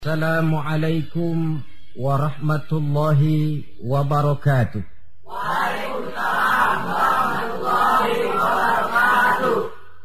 Assalamualaikum warahmatullahi wabarakatuh. Waalaikumsalam warahmatullahi wabarakatuh.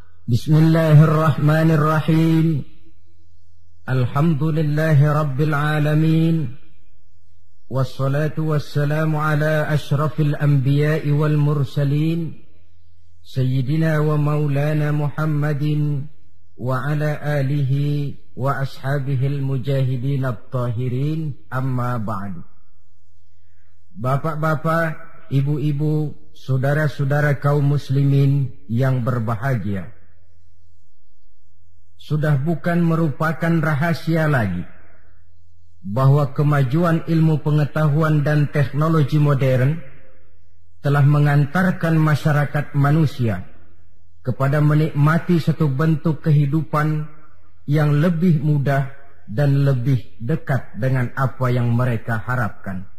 Bismillahirrahmanirrahim. Alhamdulillahi rabbil alamin. Wassalatu wassalamu ala ashrafil anbiya'i wal mursalin, Sayyidina wa maulana Muhammadin wa ala alihi wa ashabihil mujahidin at-tahirin, amma ba'du. Bapak-bapak, ibu-ibu, saudara-saudara kaum muslimin yang berbahagia, sudah bukan merupakan rahasia lagi bahwa kemajuan ilmu pengetahuan dan teknologi modern telah mengantarkan masyarakat manusia kepada menikmati satu bentuk kehidupan yang lebih mudah dan lebih dekat dengan apa yang mereka harapkan.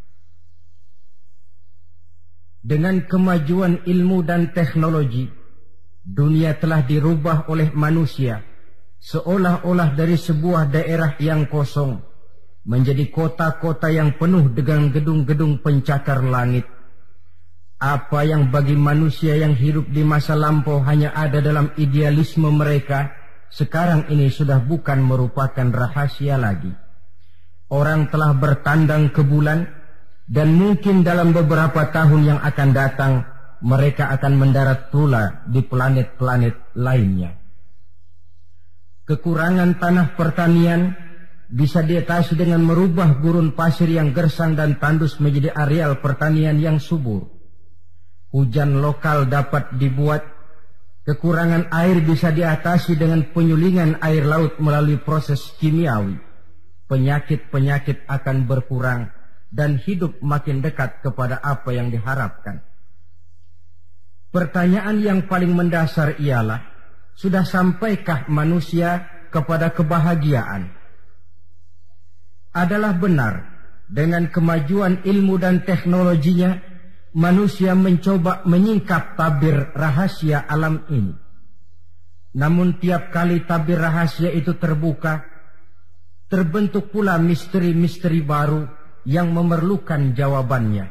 Dengan kemajuan ilmu dan teknologi, dunia telah dirubah oleh manusia seolah-olah dari sebuah daerah yang kosong menjadi kota-kota yang penuh dengan gedung-gedung pencakar langit. Apa yang bagi manusia yang hidup di masa lampau hanya ada dalam idealisme mereka, sekarang ini sudah bukan merupakan rahasia lagi. Orang telah bertandang ke bulan, dan mungkin dalam beberapa tahun yang akan datang mereka akan mendarat pula di planet-planet lainnya. Kekurangan tanah pertanian bisa diatasi dengan merubah gurun pasir yang gersang dan tandus menjadi areal pertanian yang subur. Hujan lokal dapat dibuat. Kekurangan air bisa diatasi dengan penyulingan air laut melalui proses kimiawi. Penyakit-penyakit akan berkurang dan hidup makin dekat kepada apa yang diharapkan. Pertanyaan yang paling mendasar ialah, sudah sampaikah manusia kepada kebahagiaan? Adalah benar, dengan kemajuan ilmu dan teknologinya, manusia mencoba menyingkap tabir rahasia alam ini. Namun tiap kali tabir rahasia itu terbuka, terbentuk pula misteri-misteri baru yang memerlukan jawabannya.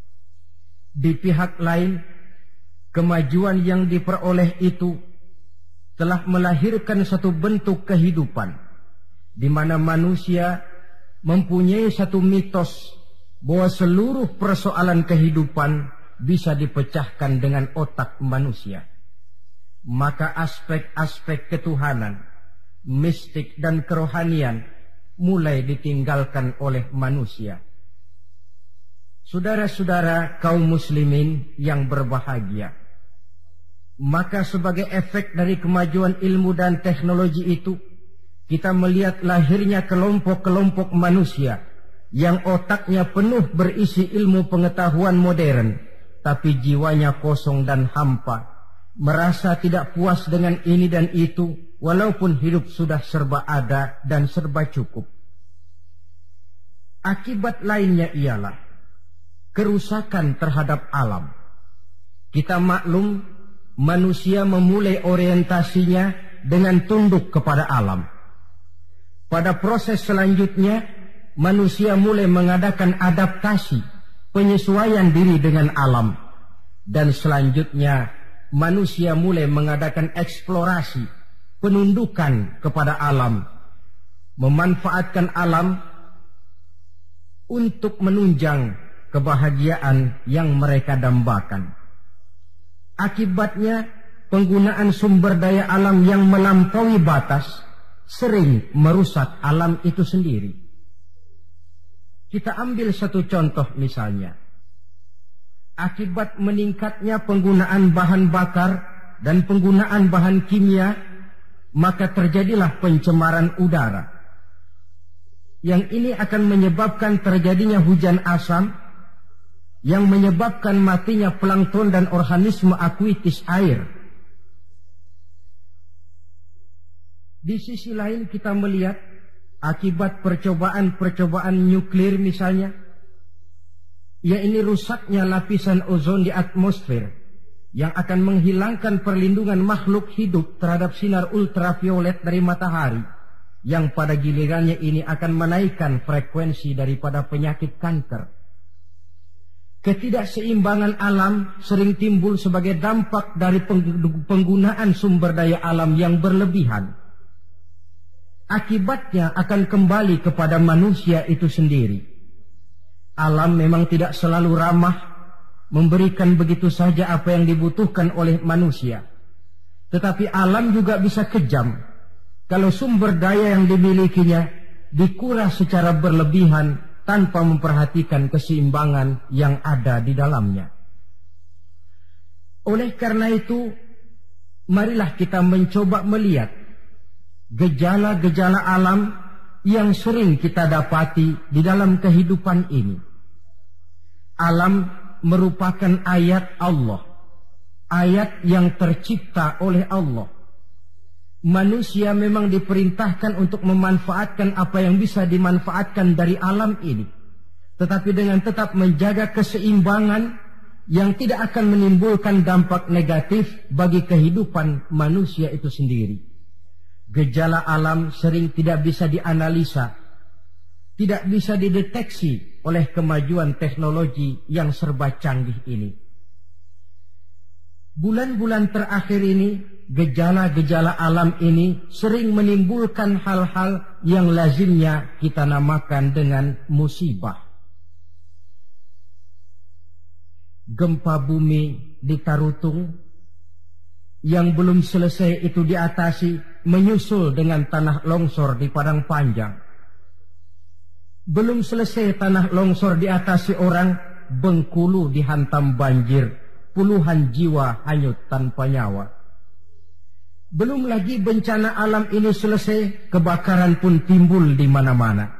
Di pihak lain, kemajuan yang diperoleh itu telah melahirkan satu bentuk kehidupan di mana manusia mempunyai satu mitos bahwa seluruh persoalan kehidupan bisa dipecahkan dengan otak manusia. Maka aspek-aspek ketuhanan, mistik dan kerohanian mulai ditinggalkan oleh manusia. Saudara-saudara kaum muslimin yang berbahagia, maka sebagai efek dari kemajuan ilmu dan teknologi itu, kita melihat lahirnya kelompok-kelompok manusia yang otaknya penuh berisi ilmu pengetahuan modern, tapi jiwanya kosong dan hampa, merasa tidak puas dengan ini dan itu, walaupun hidup sudah serba ada dan serba cukup. Akibat lainnya ialah kerusakan terhadap alam. Kita maklum, manusia memulai orientasinya dengan tunduk kepada alam. Pada proses selanjutnya, manusia mulai mengadakan adaptasi, penyesuaian diri dengan alam. Dan selanjutnya, manusia mulai mengadakan eksplorasi, penundukan kepada alam, memanfaatkan alam untuk menunjang kebahagiaan yang mereka dambakan. Akibatnya, penggunaan sumber daya alam yang melampaui batas sering merusak alam itu sendiri. Kita ambil satu contoh misalnya. Akibat meningkatnya penggunaan bahan bakar dan penggunaan bahan kimia, maka terjadilah pencemaran udara. Yang ini akan menyebabkan terjadinya hujan asam, yang menyebabkan matinya plankton dan organisme akuatis air. Di sisi lain kita melihat akibat percobaan-percobaan nuklir misalnya, ya ini rusaknya lapisan ozon di atmosfer yang akan menghilangkan perlindungan makhluk hidup terhadap sinar ultraviolet dari matahari yang pada gilirannya ini akan menaikkan frekuensi daripada penyakit kanker. Ketidakseimbangan alam sering timbul sebagai dampak dari penggunaan sumber daya alam yang berlebihan. Akibatnya akan kembali kepada manusia itu sendiri. Alam memang tidak selalu ramah, memberikan begitu saja apa yang dibutuhkan oleh manusia. Tetapi alam juga bisa kejam kalau sumber daya yang dimilikinya dikuras secara berlebihan tanpa memperhatikan keseimbangan yang ada di dalamnya. Oleh karena itu, marilah kita mencoba melihat gejala-gejala alam yang sering kita dapati di dalam kehidupan ini. Alam merupakan ayat Allah, ayat yang tercipta oleh Allah. Manusia memang diperintahkan untuk memanfaatkan apa yang bisa dimanfaatkan dari alam ini, tetapi dengan tetap menjaga keseimbangan yang tidak akan menimbulkan dampak negatif bagi kehidupan manusia itu sendiri. Gejala alam sering tidak bisa dianalisa, tidak bisa dideteksi oleh kemajuan teknologi yang serba canggih ini. Bulan-bulan terakhir ini, gejala-gejala alam ini sering menimbulkan hal-hal yang lazimnya kita namakan dengan musibah. Gempa bumi di Tarutung yang belum selesai itu diatasi, menyusul dengan tanah longsor di Padang Panjang. Belum selesai tanah longsor diatasi orang, Bengkulu dihantam banjir, puluhan jiwa hanyut tanpa nyawa. Belum lagi bencana alam ini selesai, kebakaran pun timbul di mana-mana.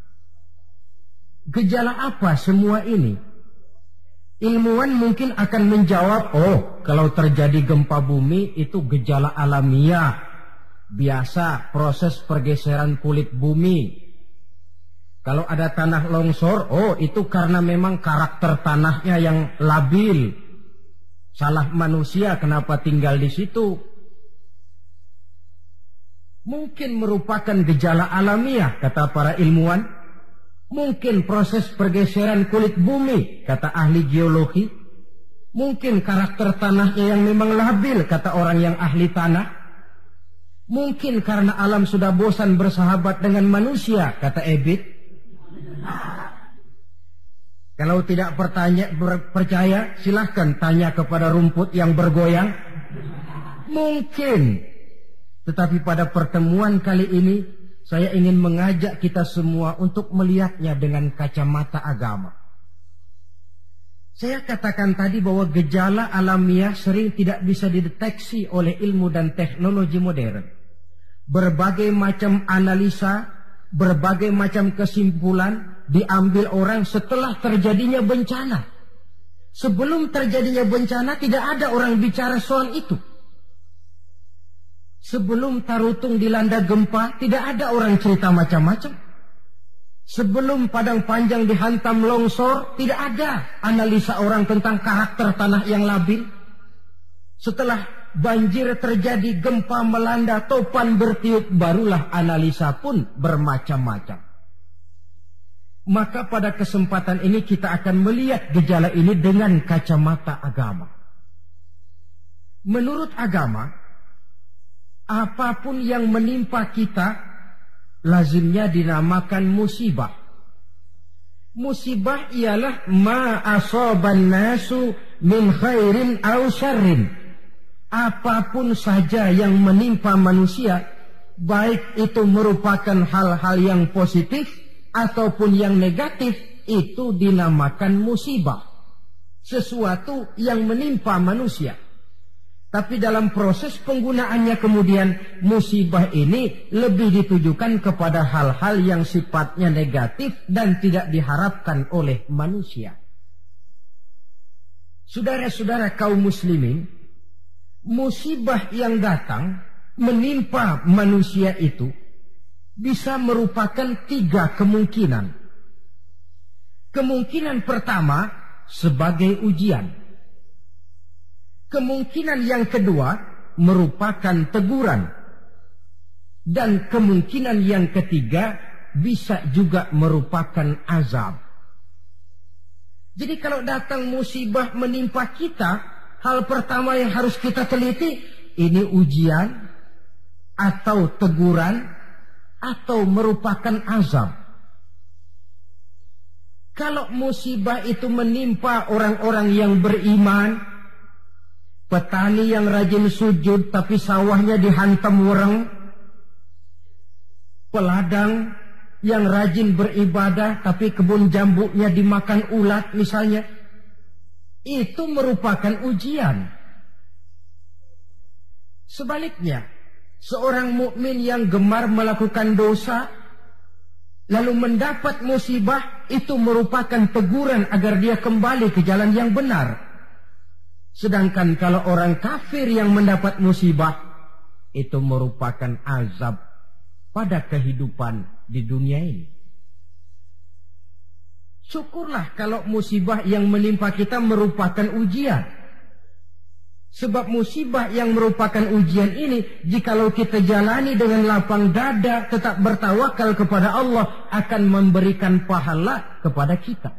Gejala apa semua ini? Ilmuwan mungkin akan menjawab, kalau terjadi gempa bumi itu gejala alamiah, biasa proses pergeseran kulit bumi. Kalau ada tanah longsor, itu karena memang karakter tanahnya yang labil. Salah manusia kenapa tinggal di situ. Mungkin merupakan gejala alamiah, kata para ilmuwan. Mungkin proses pergeseran kulit bumi, kata ahli geologi. Mungkin karakter tanahnya yang memang labil, kata orang yang ahli tanah. Mungkin karena alam sudah bosan bersahabat dengan manusia, kata Ebit. Kalau tidak percaya, silahkan tanya kepada rumput yang bergoyang. Mungkin. Tetapi pada pertemuan kali ini, saya ingin mengajak kita semua untuk melihatnya dengan kacamata agama. Saya katakan tadi bahwa gejala alamiah sering tidak bisa dideteksi oleh ilmu dan teknologi modern. Berbagai macam analisa, berbagai macam kesimpulan diambil orang setelah terjadinya bencana. Sebelum terjadinya bencana tidak ada orang bicara soal itu. Sebelum Tarutung dilanda gempa, tidak ada orang cerita macam-macam. Sebelum Padang Panjang dihantam longsor, tidak ada analisa orang tentang karakter tanah yang labil. Setelah banjir terjadi, gempa melanda, topan bertiup, barulah analisa pun bermacam-macam. Maka pada kesempatan ini kita akan melihat gejala ini dengan kacamata agama. Menurut agama, apapun yang menimpa kita lazimnya dinamakan musibah. Musibah ialah ma asaban nasu min khairin aw syarrin. Apapun saja yang menimpa manusia, baik itu merupakan hal-hal yang positif ataupun yang negatif, itu dinamakan musibah. Sesuatu yang menimpa manusia. Tapi dalam proses penggunaannya kemudian, musibah ini lebih ditujukan kepada hal-hal yang sifatnya negatif dan tidak diharapkan oleh manusia. Saudara-saudara kaum muslimin, musibah yang datang menimpa manusia itu bisa merupakan 3 kemungkinan. Kemungkinan pertama sebagai ujian. Kemungkinan yang kedua merupakan teguran. Dan kemungkinan yang ketiga bisa juga merupakan azab. Jadi kalau datang musibah menimpa kita, hal pertama yang harus kita teliti, ini ujian atau teguran atau merupakan azab. Kalau musibah itu menimpa orang-orang yang beriman, petani yang rajin sujud tapi sawahnya dihantam wereng, peladang yang rajin beribadah tapi kebun jambunya dimakan ulat misalnya, itu merupakan ujian. Sebaliknya, seorang mukmin yang gemar melakukan dosa lalu mendapat musibah, itu merupakan teguran agar dia kembali ke jalan yang benar. Sedangkan kalau orang kafir yang mendapat musibah, itu merupakan azab pada kehidupan di dunia ini. Syukurlah kalau musibah yang menimpa kita merupakan ujian. Sebab musibah yang merupakan ujian ini, jikalau kita jalani dengan lapang dada, tetap bertawakal kepada Allah, akan memberikan pahala kepada kita.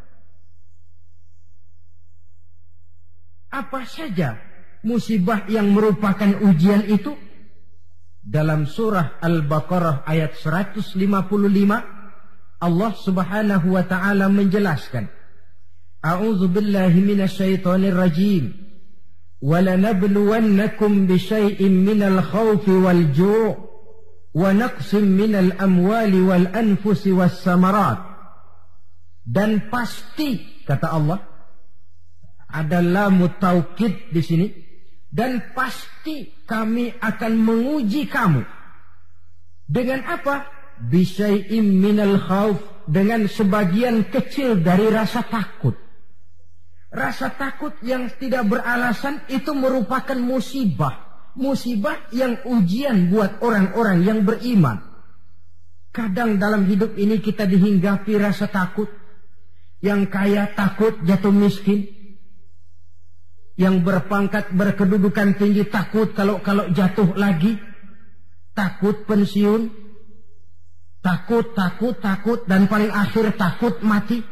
Apa saja musibah yang merupakan ujian itu? Dalam surah Al-Baqarah ayat 155, Allah Subhanahu wa ta'ala menjelaskan, A'udzu billahi minasyaitonir rajim. وَلَنَبْلُوَنَّكُمْ بِشَيْءٍ مِّنَ الْخَوْفِ وَالْجُوعِ وَنَقْصٍ مِّنَ الْأَمْوَالِ وَالْأَنفُسِ وَالثَّمَرَاتِ. Dan pasti, kata Allah, ada lamu taukid di sini, dan pasti kami akan menguji kamu. Dengan apa? Bisyai'im minal khauf, dengan sebagian kecil dari rasa takut. Rasa takut yang tidak beralasan itu merupakan musibah. Musibah yang ujian buat orang-orang yang beriman. Kadang dalam hidup ini kita dihinggapi rasa takut. Yang kaya takut jatuh miskin. Yang berpangkat berkedudukan tinggi takut kalau jatuh lagi. Takut pensiun. Takut dan paling akhir takut mati.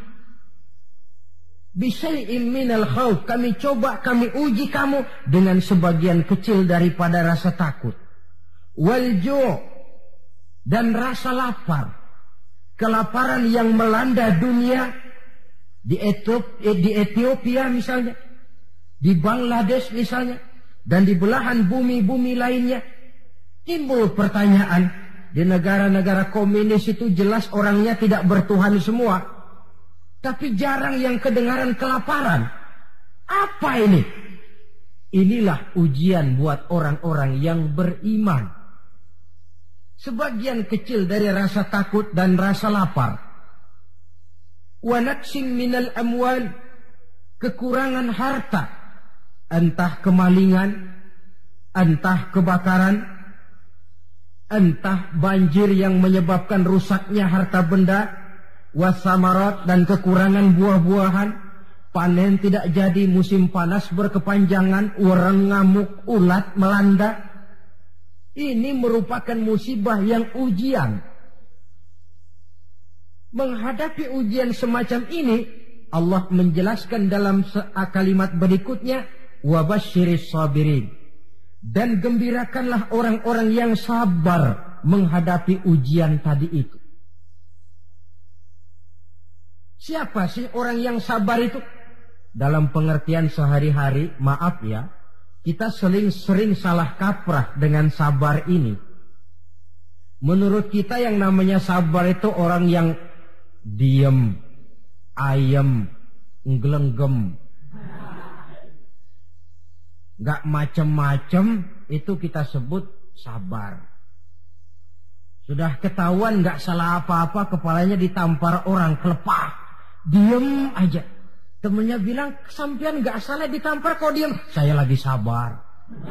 Bisyai'in minal khauf, kami coba, kami uji kamu dengan sebagian kecil daripada rasa takut. Wal ju', dan rasa lapar. Kelaparan yang melanda dunia di Ethiopia misalnya, di Bangladesh misalnya, dan di belahan bumi-bumi lainnya. Timbul pertanyaan, di negara-negara komunis itu jelas orangnya tidak bertuhan semua. Tapi jarang yang kedengaran kelaparan. Apa ini? Inilah ujian buat orang-orang yang beriman. Sebagian kecil dari rasa takut dan rasa lapar. Wa naqsin minal amwal, kekurangan harta. Entah kemalingan, entah kebakaran, entah banjir yang menyebabkan rusaknya harta benda, wasamarat, dan kekurangan buah-buahan, panen tidak jadi, musim panas berkepanjangan, wereng ngamuk, ulat melanda. Ini merupakan musibah yang ujian. Menghadapi ujian semacam ini, Allah menjelaskan dalam kalimat berikutnya, wabasyiris sabirin, dan gembirakanlah orang-orang yang sabar menghadapi ujian tadi itu. Siapa sih orang yang sabar itu? Dalam pengertian sehari-hari, maaf ya, kita sering salah kaprah dengan sabar ini. Menurut kita yang namanya sabar itu orang yang diem, ayem, nggelenggem, gak macem-macem, itu kita sebut sabar. Sudah ketahuan gak salah apa-apa, kepalanya ditampar orang, kelepah, diem aja. Temennya bilang, sampean gak salah ditampar kok diem. Saya lagi sabar.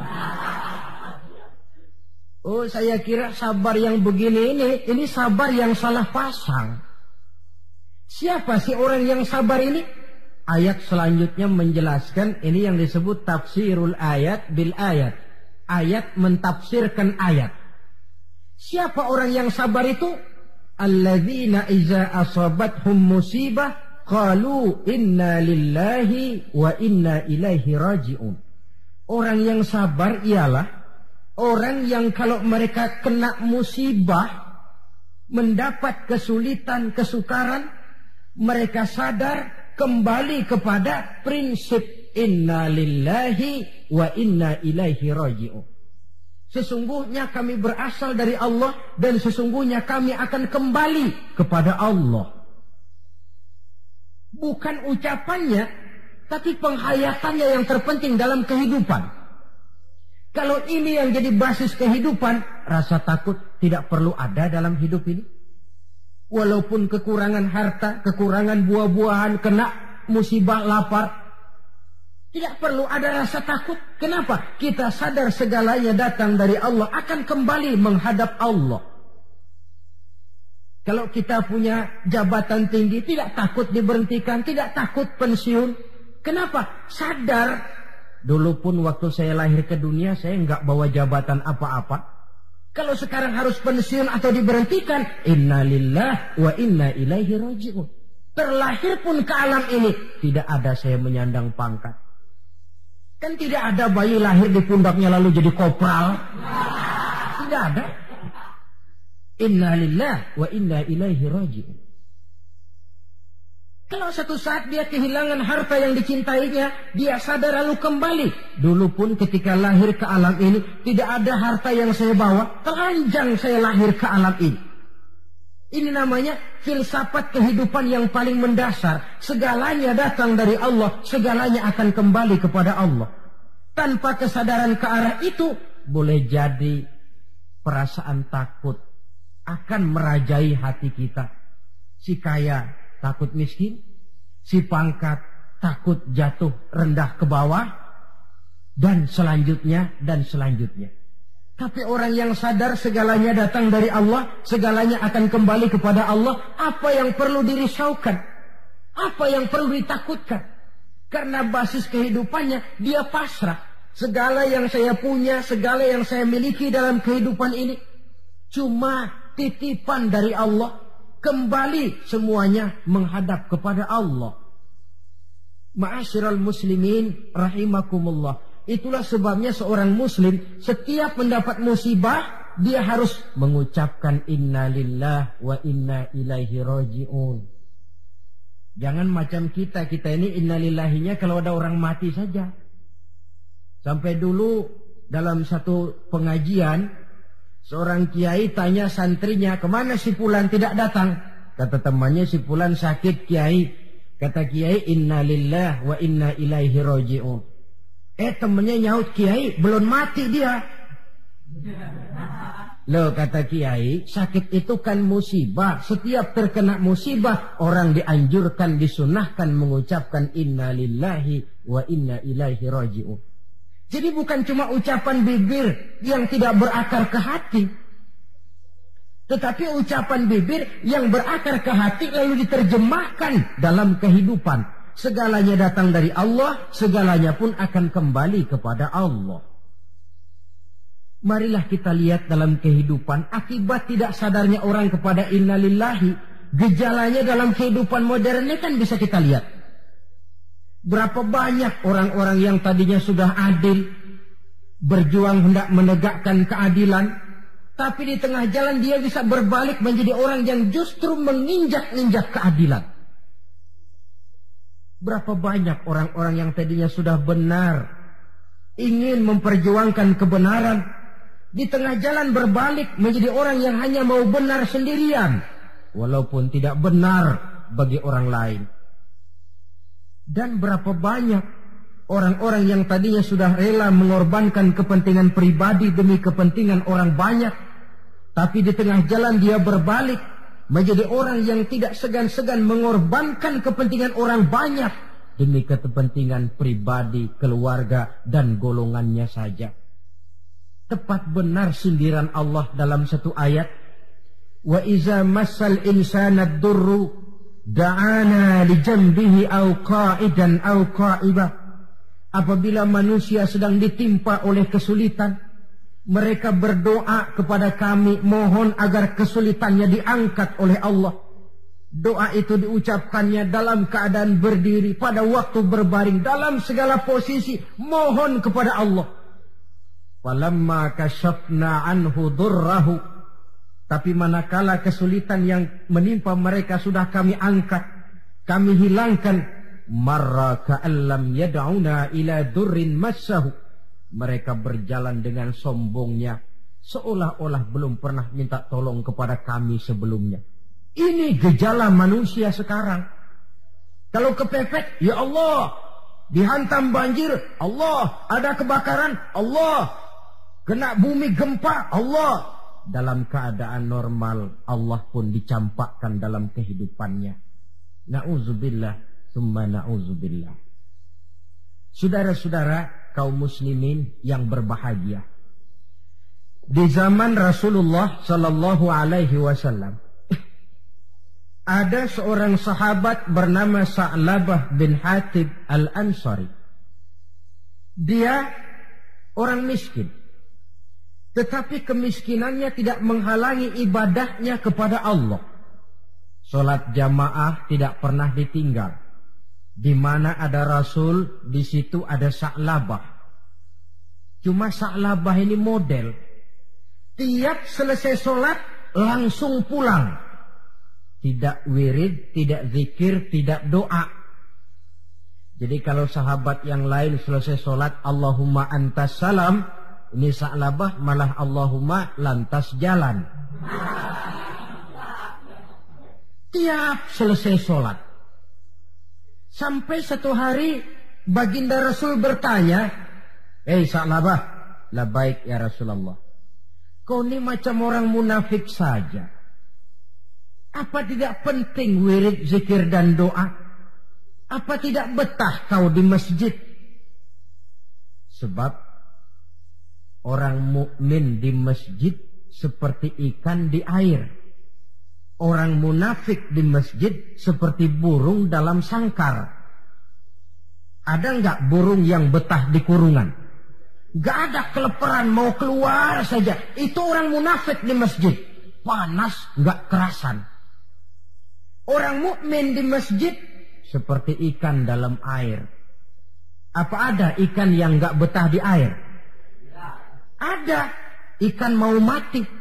Oh, saya kira sabar yang begini ini sabar yang salah pasang. Siapa sih orang yang sabar ini? Ayat selanjutnya menjelaskan, ini yang disebut tafsirul ayat bil ayat. Ayat mentafsirkan ayat. Siapa orang yang sabar itu? Alladzina iza asabathum musibah qalu inna lillahi wa inna ilaihi raji'un. Orang yang sabar ialah orang yang kalau mereka kena musibah, mendapat kesulitan, kesukaran, mereka sadar kembali kepada prinsip inna lillahi wa inna ilaihi raji'un. Sesungguhnya kami berasal dari Allah dan sesungguhnya kami akan kembali kepada Allah. Bukan ucapannya, tapi penghayatannya yang terpenting dalam kehidupan. Kalau ini yang jadi basis kehidupan, rasa takut tidak perlu ada dalam hidup ini. Walaupun kekurangan harta, kekurangan buah-buahan, kena musibah lapar, tidak perlu ada rasa takut. Kenapa? Kita sadar segalanya datang dari Allah, akan kembali menghadap Allah. Kalau kita punya jabatan tinggi, tidak takut diberhentikan, tidak takut pensiun. Kenapa? Sadar. Dulu pun waktu saya lahir ke dunia, saya nggak bawa jabatan apa-apa. Kalau sekarang harus pensiun atau diberhentikan, inna lillah wa inna ilaihi raji'un. Terlahir pun ke alam ini, tidak ada saya menyandang pangkat. Kan tidak ada bayi lahir di pundaknya lalu jadi kopral. Tidak ada. Inna lillah wa inna ilaihi raji'un. Kalau satu saat dia kehilangan harta yang dicintainya, dia sadar lalu kembali. Dulu pun ketika lahir ke alam ini, tidak ada harta yang saya bawa. Telanjang saya lahir ke alam ini. Ini namanya filsafat kehidupan yang paling mendasar. Segalanya datang dari Allah, segalanya akan kembali kepada Allah. Tanpa kesadaran ke arah itu, boleh jadi perasaan takut akan merajai hati kita. Si kaya takut miskin, si pangkat takut jatuh rendah ke bawah, dan selanjutnya, dan selanjutnya. Tapi orang yang sadar segalanya datang dari Allah, segalanya akan kembali kepada Allah, apa yang perlu dirisaukan? Apa yang perlu ditakutkan? Karena basis kehidupannya, dia pasrah. Segala yang saya punya, segala yang saya miliki dalam kehidupan ini, cuma titipan dari Allah. Kembali semuanya menghadap kepada Allah. Ma'asyiral muslimin rahimakumullah. Itulah sebabnya seorang muslim setiap mendapat musibah, dia harus mengucapkan inna lillah wa inna ilaihi raji'un. Jangan macam kita ini inna lillahinya kalau ada orang mati saja. Sampai dulu dalam satu pengajian, seorang kiai tanya santrinya, kemana si fulan tidak datang? Kata temannya, si fulan sakit kiai. Kata kiai, inna lillah wa inna ilaihi raji'un. Temennya nyaut, kiai belum mati dia. Loh, kata kiai, sakit itu kan musibah. Setiap terkena musibah, orang dianjurkan, disunahkan mengucapkan inna lillahi wa inna ilaihi raji'un. Jadi bukan cuma ucapan bibir yang tidak berakar ke hati, tetapi ucapan bibir yang berakar ke hati lalu diterjemahkan dalam kehidupan. Segalanya datang dari Allah, segalanya pun akan kembali kepada Allah. Marilah kita lihat dalam kehidupan akibat tidak sadarnya orang kepada inna lillahi. Gejalanya dalam kehidupan modern ini kan bisa kita lihat. Berapa banyak orang-orang yang tadinya sudah adil, berjuang hendak menegakkan keadilan, tapi di tengah jalan dia bisa berbalik menjadi orang yang justru menginjak-injak keadilan. Berapa banyak orang-orang yang tadinya sudah benar, ingin memperjuangkan kebenaran, di tengah jalan berbalik menjadi orang yang hanya mau benar sendirian, walaupun tidak benar bagi orang lain. Dan berapa banyak orang-orang yang tadinya sudah rela mengorbankan kepentingan pribadi demi kepentingan orang banyak, tapi di tengah jalan dia berbalik menjadi orang yang tidak segan-segan mengorbankan kepentingan orang banyak demi kepentingan pribadi, keluarga, dan golongannya saja. Tepat benar sindiran Allah dalam satu ayat, wa iza massal insana ad-durru da'ana li jambihi au qa'idan au qa'ibah. Apabila manusia sedang ditimpa oleh kesulitan, Mereka berdoa kepada kami, mohon agar kesulitannya diangkat oleh Allah. Doa itu diucapkannya dalam keadaan berdiri, pada waktu berbaring, dalam segala posisi, mohon kepada Allah. Falamma kasyafna anhu durrahu, tapi manakala kesulitan yang menimpa mereka sudah kami angkat, kami hilangkan, marra ka'allam yad'una ila durrin massahu, mereka berjalan dengan sombongnya, seolah-olah belum pernah minta tolong kepada kami sebelumnya. Ini gejala manusia sekarang. Kalau kepepet, ya Allah. Dihantam banjir, Allah. Ada kebakaran, Allah. Kena bumi gempa, Allah. Dalam keadaan normal, Allah pun dicampakkan dalam kehidupannya. Na'udzubillah, summa na'udzubillah. Saudara-saudara kaum muslimin yang berbahagia, di zaman Rasulullah sallallahu alaihi wasallam ada seorang sahabat bernama Sa'labah bin Hatib Al-Ansari. Dia orang miskin, tetapi kemiskinannya tidak menghalangi ibadahnya kepada Allah. Salat jamaah tidak pernah ditinggal. Di mana ada Rasul, di situ ada Sa'labah. Cuma Sa'labah ini model. Tiap selesai sholat langsung pulang. Tidak wirid, tidak zikir, tidak doa. Jadi kalau sahabat yang lain selesai sholat Allahumma antas salam, ini Sa'labah malah Allahumma lantas jalan. Tiap selesai sholat. Sampai satu hari baginda Rasul bertanya, Sa'labah, labaik ya Rasulullah. Kau ini macam orang munafik saja. Apa tidak penting wirid, zikir dan doa? Apa tidak betah kau di masjid? Sebab orang mukmin di masjid seperti ikan di air. Orang munafik di masjid seperti burung dalam sangkar. Ada enggak burung yang betah di kurungan? Enggak ada, keleparan mau keluar saja. Itu orang munafik di masjid. Panas enggak kerasan. Orang mukmin di masjid seperti ikan dalam air. Apa ada ikan yang enggak betah di air? Ada. Ikan mau mati.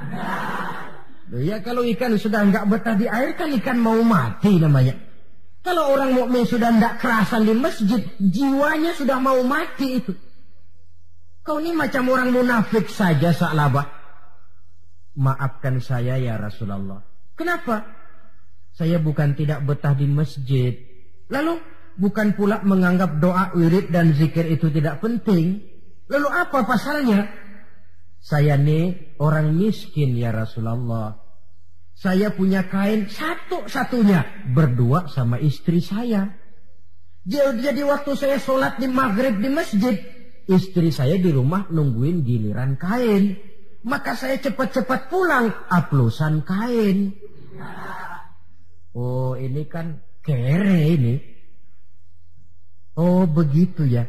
Ya kalau ikan sudah enggak betah di air kan ikan mau mati namanya. Kalau orang mukmin sudah enggak kerasan di masjid, jiwanya sudah mau mati itu. Kau ini macam orang munafik saja Sa'labah. Maafkan saya ya Rasulullah. Kenapa? Saya bukan tidak betah di masjid. Lalu bukan pula menganggap doa, wirid dan zikir itu tidak penting. Lalu apa pasalnya? Saya nih orang miskin ya Rasulullah. Saya punya kain satu-satunya, berdua sama istri saya. Jadi waktu saya sholat di maghrib di masjid, istri saya di rumah nungguin giliran kain. Maka saya cepat-cepat pulang, aplusan kain. Oh ini kan kere ini. Oh begitu ya.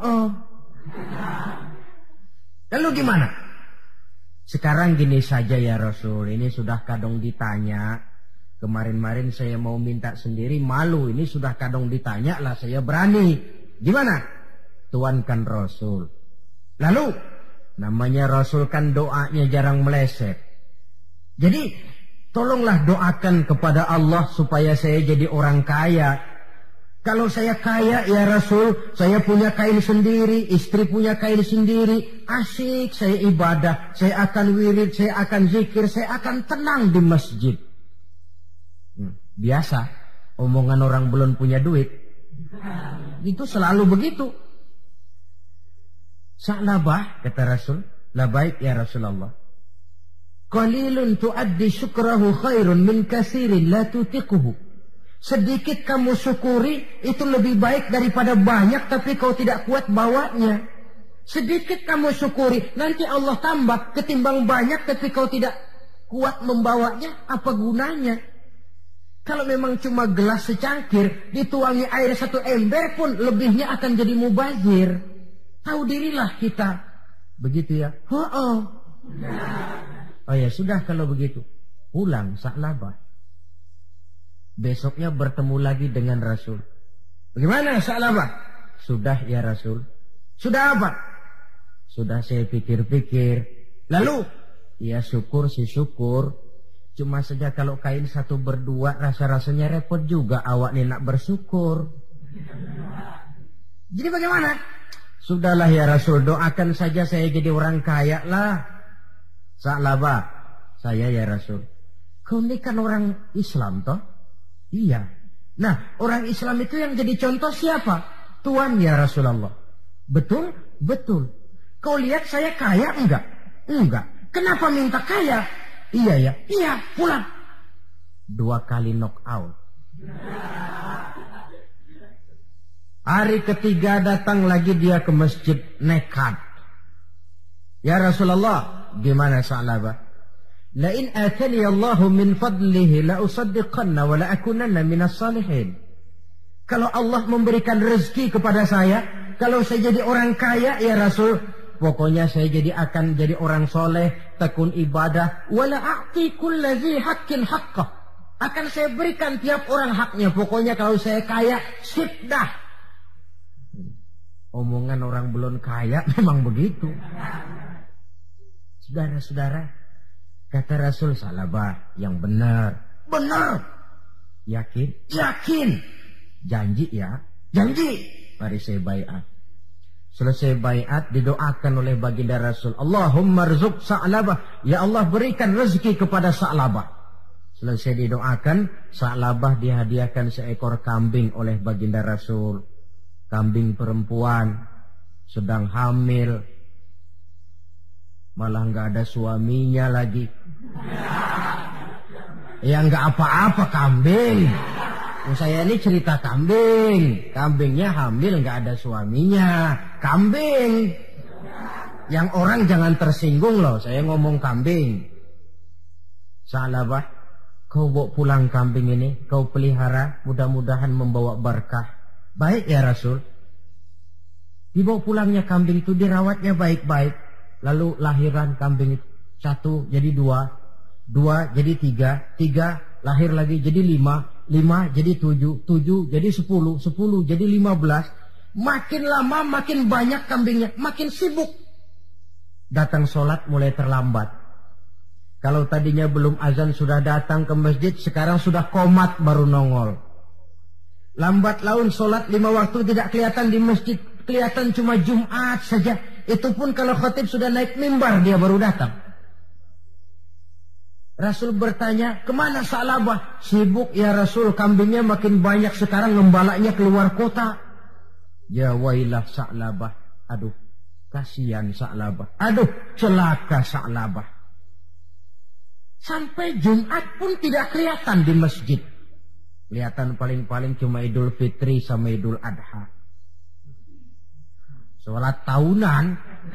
Lalu gimana? Sekarang gini saja ya Rasul, ini sudah kadang ditanya. Kemarin-marin saya mau minta sendiri, malu. Ini sudah kadang ditanya lah, saya berani. Gimana? Tuankan Rasul. Lalu, namanya Rasul kan doanya jarang meleset. Jadi, tolonglah doakan kepada Allah supaya saya jadi orang kaya. Kalau saya kaya ya Rasul, saya punya kain sendiri, istri punya kain sendiri, asyik saya ibadah, saya akan wirid, saya akan zikir, saya akan tenang di masjid. Biasa, omongan orang belum punya duit. Itu selalu begitu. Sa'labah, kata Rasul, labaik ya Rasulullah. Qalilun tuaddi syukrahu khairun min katsirin la tutiquhu. Sedikit kamu syukuri itu lebih baik daripada banyak tapi kau tidak kuat bawanya. Sedikit kamu syukuri, nanti Allah tambah ketimbang banyak tapi kau tidak kuat membawanya, apa gunanya? Kalau memang cuma gelas secangkir, dituangi air satu ember pun lebihnya akan jadi mubazir. Tahu dirilah kita. Begitu ya? Oh ya sudah kalau begitu. Pulang Sa'labah. Besoknya bertemu lagi dengan Rasul. Bagaimana Sa'labah? Sudah ya Rasul. Sudah apa? Sudah saya pikir-pikir. Lalu? Ya syukur sih syukur. Cuma saja kalau kain satu berdua rasa-rasanya repot juga awak nih nak bersyukur. Jadi bagaimana? Sudahlah ya Rasul, doakan saja saya jadi orang kaya lah. Sa'labah, saya ya Rasul. Kau ini kan orang Islam toh? Iya. Nah, orang Islam itu yang jadi contoh siapa? Tuan ya Rasulullah. Betul? Betul. Kau lihat saya kaya enggak? Enggak. Kenapa minta kaya? Iya ya. Iya, pulang. 2 kali knock out. Hari ketiga datang lagi dia ke masjid nekat. Ya Rasulullah, gimana Sa'labah? La in atani Allahu min fadlihi la usaddiqanna wa la akunanna minas salihin. Kalau Allah memberikan rezeki kepada saya, kalau saya jadi orang kaya ya Rasul, pokoknya saya akan jadi orang soleh, tekun ibadah. Wala a'ti kulladzi haqqin haqqah. Akan saya berikan tiap orang haknya. Pokoknya kalau saya kaya, sip dah. Omongan orang belum kaya memang begitu. Saudara-saudara, kata Rasul, Sa'labah yang benar. Benar. Yakin? Yakin. Janji ya? Janji. Mari saya baiat. Selesai baiat didoakan oleh baginda Rasul. Allahumma rzuq Sa'labah. Ya Allah berikan rezeki kepada Sa'labah. Selesai didoakan, Sa'labah dihadiahkan seekor kambing oleh baginda Rasul. Kambing perempuan, sedang hamil. Malah nggak ada suaminya lagi. Ya nggak apa-apa kambing. Saya ini cerita kambing. Kambingnya hamil nggak ada suaminya. Kambing. Yang orang jangan tersinggung loh. Saya ngomong kambing. Sa'labah, kau bawa pulang kambing ini. Kau pelihara. Mudah-mudahan membawa berkah. Baik ya Rasul. Dibawa pulangnya kambing itu, dirawatnya baik-baik. Lalu lahiran kambing itu. 1 jadi 2, 2 jadi 3, 3 lahir lagi jadi 5, 5 jadi 7, 7 jadi 10, 10 jadi 15. Makin lama makin banyak kambingnya, makin sibuk. Datang sholat mulai terlambat. Kalau tadinya belum azan sudah datang ke masjid, sekarang sudah qomat baru nongol. Lambat laun sholat 5 waktu tidak kelihatan di masjid. Kelihatan cuma Jumat saja. Itu pun kalau khatib sudah naik mimbar dia baru datang. Rasul bertanya, kemana Sa'labah? Sibuk ya Rasul, kambingnya makin banyak sekarang, ngembalanya keluar kota. Ya wailah Sa'labah. Aduh, kasihan Sa'labah. Aduh, celaka Sa'labah. Sampai Jumat pun tidak kelihatan di masjid. Kelihatan paling-paling cuma Idul Fitri sama Idul Adha. Sholat tahunan.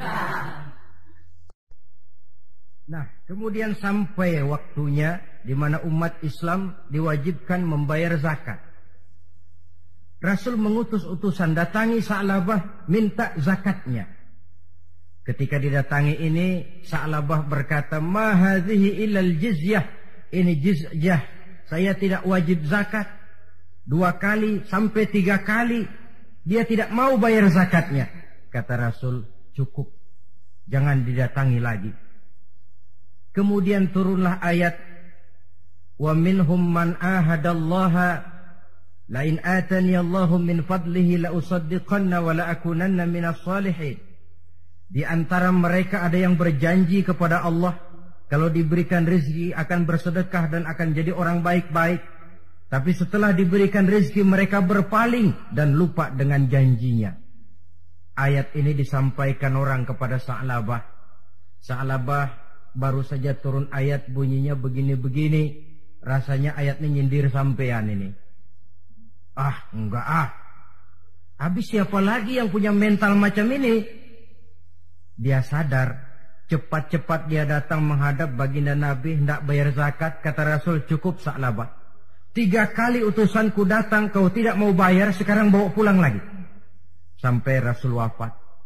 Nah, kemudian sampai waktunya di mana umat Islam diwajibkan membayar zakat. Rasul mengutus utusan, datangi Sa'labah, minta zakatnya. Ketika didatangi ini, Sa'labah berkata, ma hadhihi illal jizyah. Ini jizyah. Saya tidak wajib zakat. 2 kali sampai 3 kali dia tidak mau bayar zakatnya. Kata Rasul, cukup, jangan didatangi lagi. Kemudian turunlah ayat, wa minhum man ahadallaha la in atani Allahu min fadlihi la usaddiqanna wa la akunanna minas salihin. Di antara mereka ada yang berjanji kepada Allah, kalau diberikan rezeki akan bersedekah dan akan jadi orang baik-baik. Tapi setelah diberikan rezeki mereka berpaling dan lupa dengan janjinya. Ayat ini disampaikan orang kepada Sa'labah. Sa'labah baru saja turun ayat bunyinya begini-begini. Rasanya ayatnya nyindir sampean ini. Ah, enggak ah. Habis siapa lagi yang punya mental macam ini? Dia sadar. Cepat-cepat dia datang menghadap baginda Nabi, hendak bayar zakat. Kata Rasul, cukup Sa'labah. 3 kali utusanku datang, kau tidak mau bayar, sekarang bawa pulang lagi. Sampai Rasul wafat.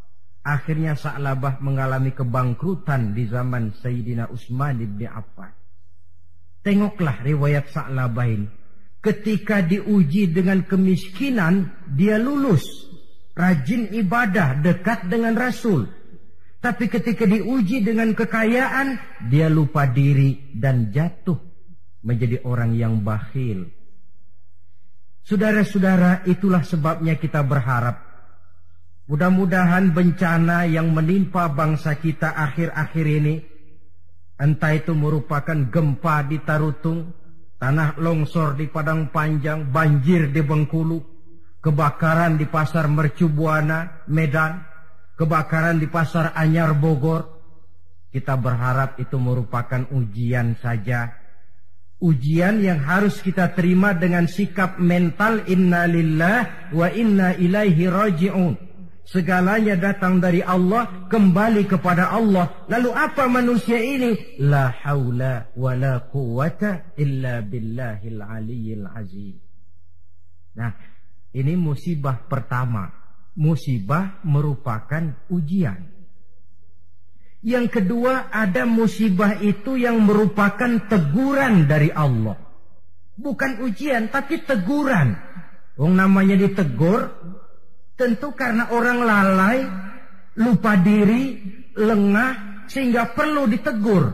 Akhirnya Sa'labah mengalami kebangkrutan di zaman Sayyidina Utsman bin Affan. Tengoklah riwayat Sa'labah ini. Ketika diuji dengan kemiskinan, dia lulus. Rajin ibadah, dekat dengan Rasul. Tapi ketika diuji dengan kekayaan, dia lupa diri dan jatuh menjadi orang yang bakhil. Saudara-saudara, itulah sebabnya kita berharap mudah-mudahan bencana yang menimpa bangsa kita akhir-akhir ini, entah itu merupakan gempa di Tarutung, tanah longsor di Padang Panjang, banjir di Bengkulu, kebakaran di Pasar Mercu Buana, Medan, kebakaran di Pasar Anyar Bogor, kita berharap itu merupakan ujian saja. Ujian yang harus kita terima dengan sikap mental inna lillah wa inna ilaihi raji'un. Segalanya datang dari Allah, kembali kepada Allah. Lalu apa manusia ini? La haula wa la quwata illa billahil aliyyil azim. Nah, ini musibah pertama. Musibah merupakan ujian. Yang kedua, ada musibah itu yang merupakan teguran dari Allah. Bukan ujian, tapi teguran. Wong namanya ditegur, tentu karena orang lalai, lupa diri, lengah, sehingga perlu ditegur.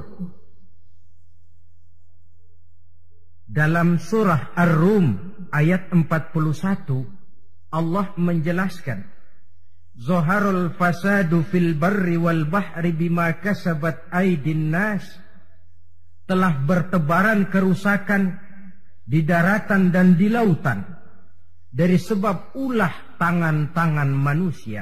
Dalam surah Ar-Rum ayat 41, Allah menjelaskan, Zaharul fasadu fil barri wal bahri bima kasabat aydin nas. Telah bertebaran kerusakan di daratan dan di lautan dari sebab ulah tangan-tangan manusia.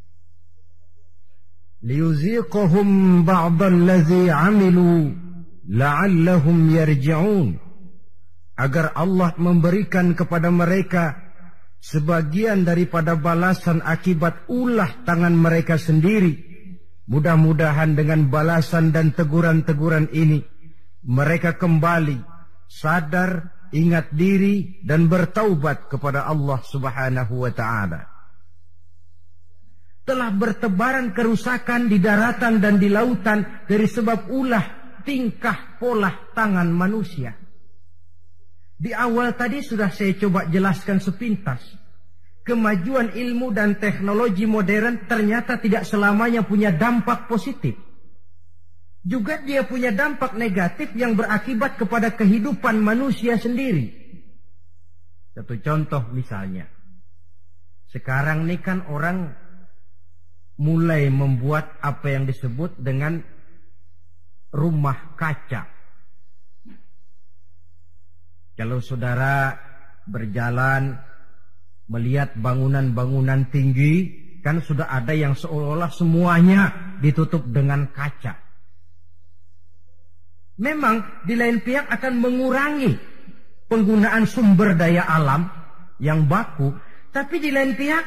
Liyuziqahum ba'dallazi 'amilu la'allahum yarji'un. Agar Allah memberikan kepada mereka sebagian daripada balasan akibat ulah tangan mereka sendiri. Mudah-mudahan dengan balasan dan teguran-teguran ini mereka kembali sadar, ingat diri dan bertaubat kepada Allah Subhanahu wa ta'ala. Telah bertebaran kerusakan di daratan dan di lautan dari sebab ulah tingkah pola tangan manusia. Di awal tadi sudah saya coba jelaskan sepintas. Kemajuan ilmu dan teknologi modern ternyata tidak selamanya punya dampak positif. Juga dia punya dampak negatif yang berakibat kepada kehidupan manusia sendiri. Satu contoh misalnya. Sekarang ini kan orang mulai membuat apa yang disebut dengan rumah kaca. Kalau saudara berjalan melihat bangunan-bangunan tinggi, kan sudah ada yang seolah-olah semuanya ditutup dengan kaca. Memang di lain pihak akan mengurangi penggunaan sumber daya alam yang baku, tapi di lain pihak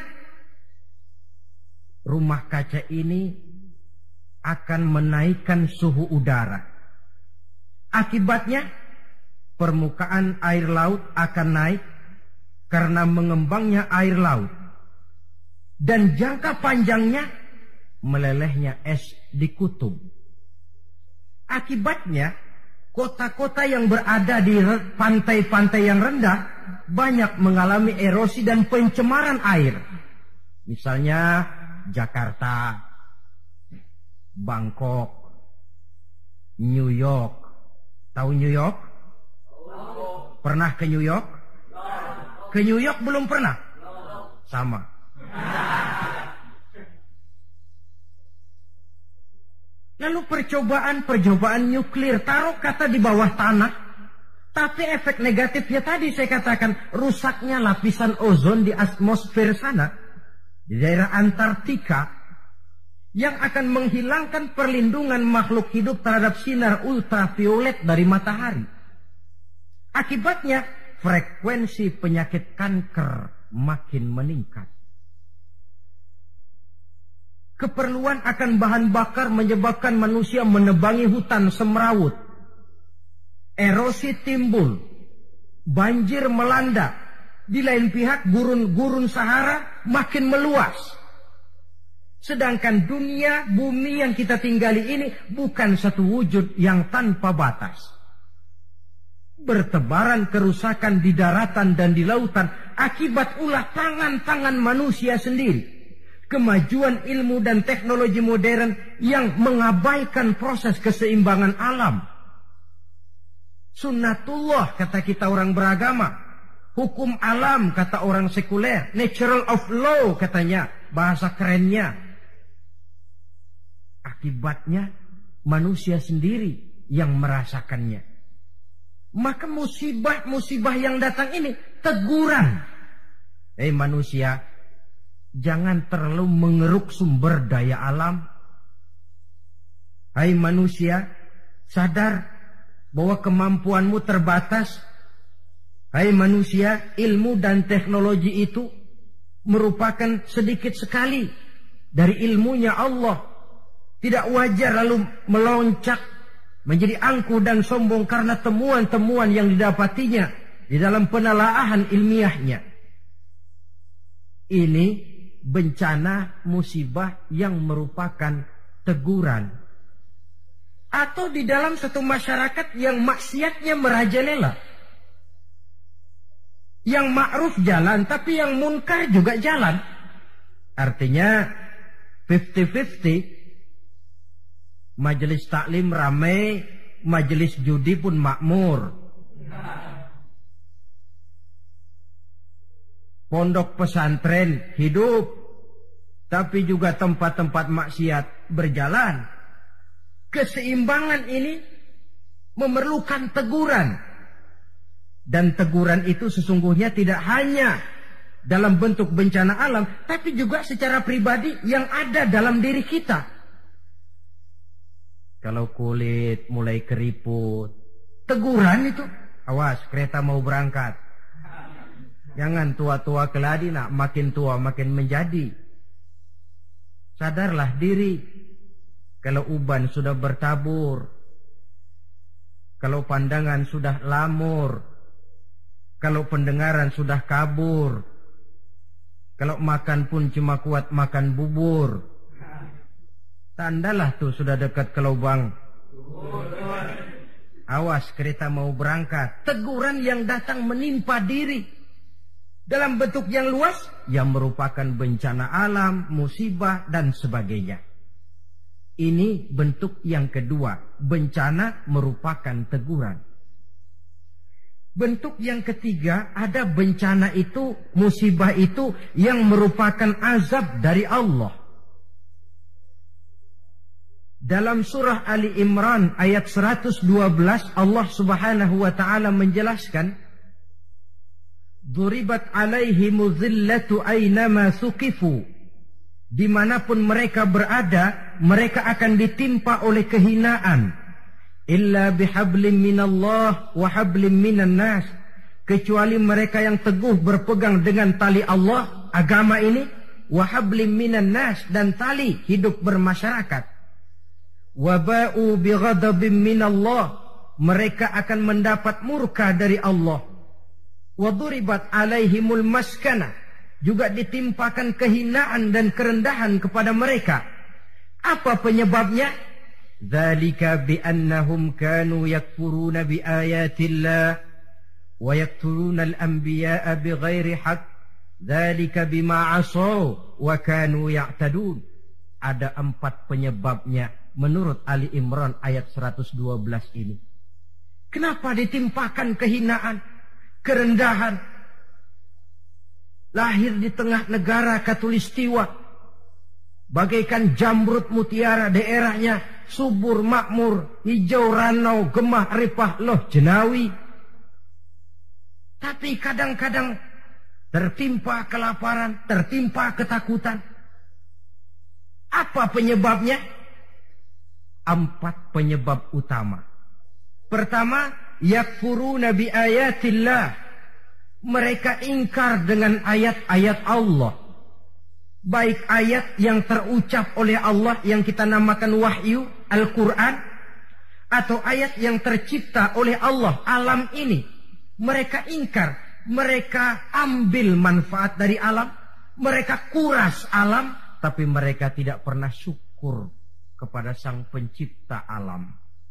rumah kaca ini akan menaikkan suhu udara. Akibatnya permukaan air laut akan naik karena mengembangnya air laut. Dan jangka panjangnya melelehnya es di kutub. Akibatnya kota-kota yang berada di pantai-pantai yang rendah banyak mengalami erosi dan pencemaran air. Misalnya Jakarta, Bangkok, New York. Tahu New York? Pernah ke New York? Ke New York belum pernah? Sama. Lalu percobaan nuklir, taruh kata di bawah tanah. Tapi efek negatifnya tadi saya katakan, rusaknya lapisan ozon di atmosfer sana, di daerah Antartika, yang akan menghilangkan perlindungan makhluk hidup terhadap sinar ultraviolet dari matahari. Akibatnya frekuensi penyakit kanker makin meningkat. Keperluan akan bahan bakar menyebabkan manusia menebangi hutan semrawut. Erosi timbul, banjir melanda. Di lain pihak gurun-gurun Sahara makin meluas. Sedangkan dunia, bumi yang kita tinggali ini bukan satu wujud yang tanpa batas. Bertebaran kerusakan di daratan dan di lautan akibat ulah tangan-tangan manusia sendiri. Kemajuan ilmu dan teknologi modern yang mengabaikan proses keseimbangan alam. Sunnatullah kata kita orang beragama. Hukum alam kata orang sekuler. Natural of law katanya, bahasa kerennya. Akibatnya manusia sendiri yang merasakannya. Maka musibah-musibah yang datang ini teguran. Manusia, jangan terlalu mengeruk sumber daya alam. Hai manusia, sadar bahwa kemampuanmu terbatas. Hai manusia, ilmu dan teknologi itu merupakan sedikit sekali dari ilmunya Allah. Tidak wajar lalu meloncat menjadi angkuh dan sombong karena temuan-temuan yang didapatinya di dalam penelaahan ilmiahnya. Ini bencana musibah yang merupakan teguran. Atau di dalam satu masyarakat yang maksiatnya merajalela. Yang ma'ruf jalan, tapi yang munkar juga jalan. Artinya 50-50. Majelis taklim ramai, majelis judi pun makmur. Pondok pesantren hidup, tapi juga tempat-tempat maksiat berjalan. Keseimbangan ini memerlukan teguran. Dan teguran itu sesungguhnya tidak hanya dalam bentuk bencana alam, tapi juga secara pribadi yang ada dalam diri kita. Kalau kulit mulai keriput, teguran itu, awas kereta mau berangkat. Jangan tua-tua keladi nak, makin tua makin menjadi. Sadarlah diri. Kalau uban sudah bertabur, kalau pandangan sudah lamur, kalau pendengaran sudah kabur, kalau makan pun cuma kuat makan bubur, tandalah tuh sudah dekat ke lubang. Awas kereta mau berangkat. Teguran yang datang menimpa diri dalam bentuk yang luas yang merupakan bencana alam, musibah dan sebagainya. Ini bentuk yang kedua. Bencana merupakan teguran. Bentuk yang ketiga, ada bencana itu, musibah itu yang merupakan azab dari Allah. Dalam surah Ali Imran ayat 112 Allah Subhanahu wa taala menjelaskan, "Duribat alaihimu dhillatu aynama thuqifu." Dimanapun mereka berada, mereka akan ditimpa oleh kehinaan. Illa bihablim minallah wa hablim minan nas. Kecuali mereka yang teguh berpegang dengan tali Allah, agama ini, wa hablim minan nas, dan tali hidup bermasyarakat. Wa ba'u bighadabim minallah. Mereka akan mendapat murka dari Allah. Wa duribat alaihimul maskana. Juga ditimpakan kehinaan dan kerendahan kepada mereka. Apa penyebabnya? Dzalika biannahum kanu yakfuruna biayatillah wa yaqtuluna al-anbiya'a bighairi haqq. Dzalika bima 'asaw wa kanu ya'tadun. Ada 4 penyebabnya menurut Ali Imran ayat 112 ini. Kenapa ditimpakan kehinaan, kerendahan? Lahir di tengah negara Katulistiwa, bagaikan jamrut mutiara daerahnya, subur makmur, hijau ranau, gemah ripah loh jenawi. Tapi kadang-kadang tertimpa kelaparan, tertimpa ketakutan. Apa penyebabnya? 4 penyebab utama. Pertama, yakfuruna bi ayatillah. Mereka ingkar dengan ayat-ayat Allah. Baik ayat yang terucap oleh Allah yang kita namakan wahyu, Al-Quran, atau ayat yang tercipta oleh Allah, alam ini. Mereka ingkar, mereka ambil manfaat dari alam, mereka kuras alam, tapi mereka tidak pernah syukur kepada Sang Pencipta alam.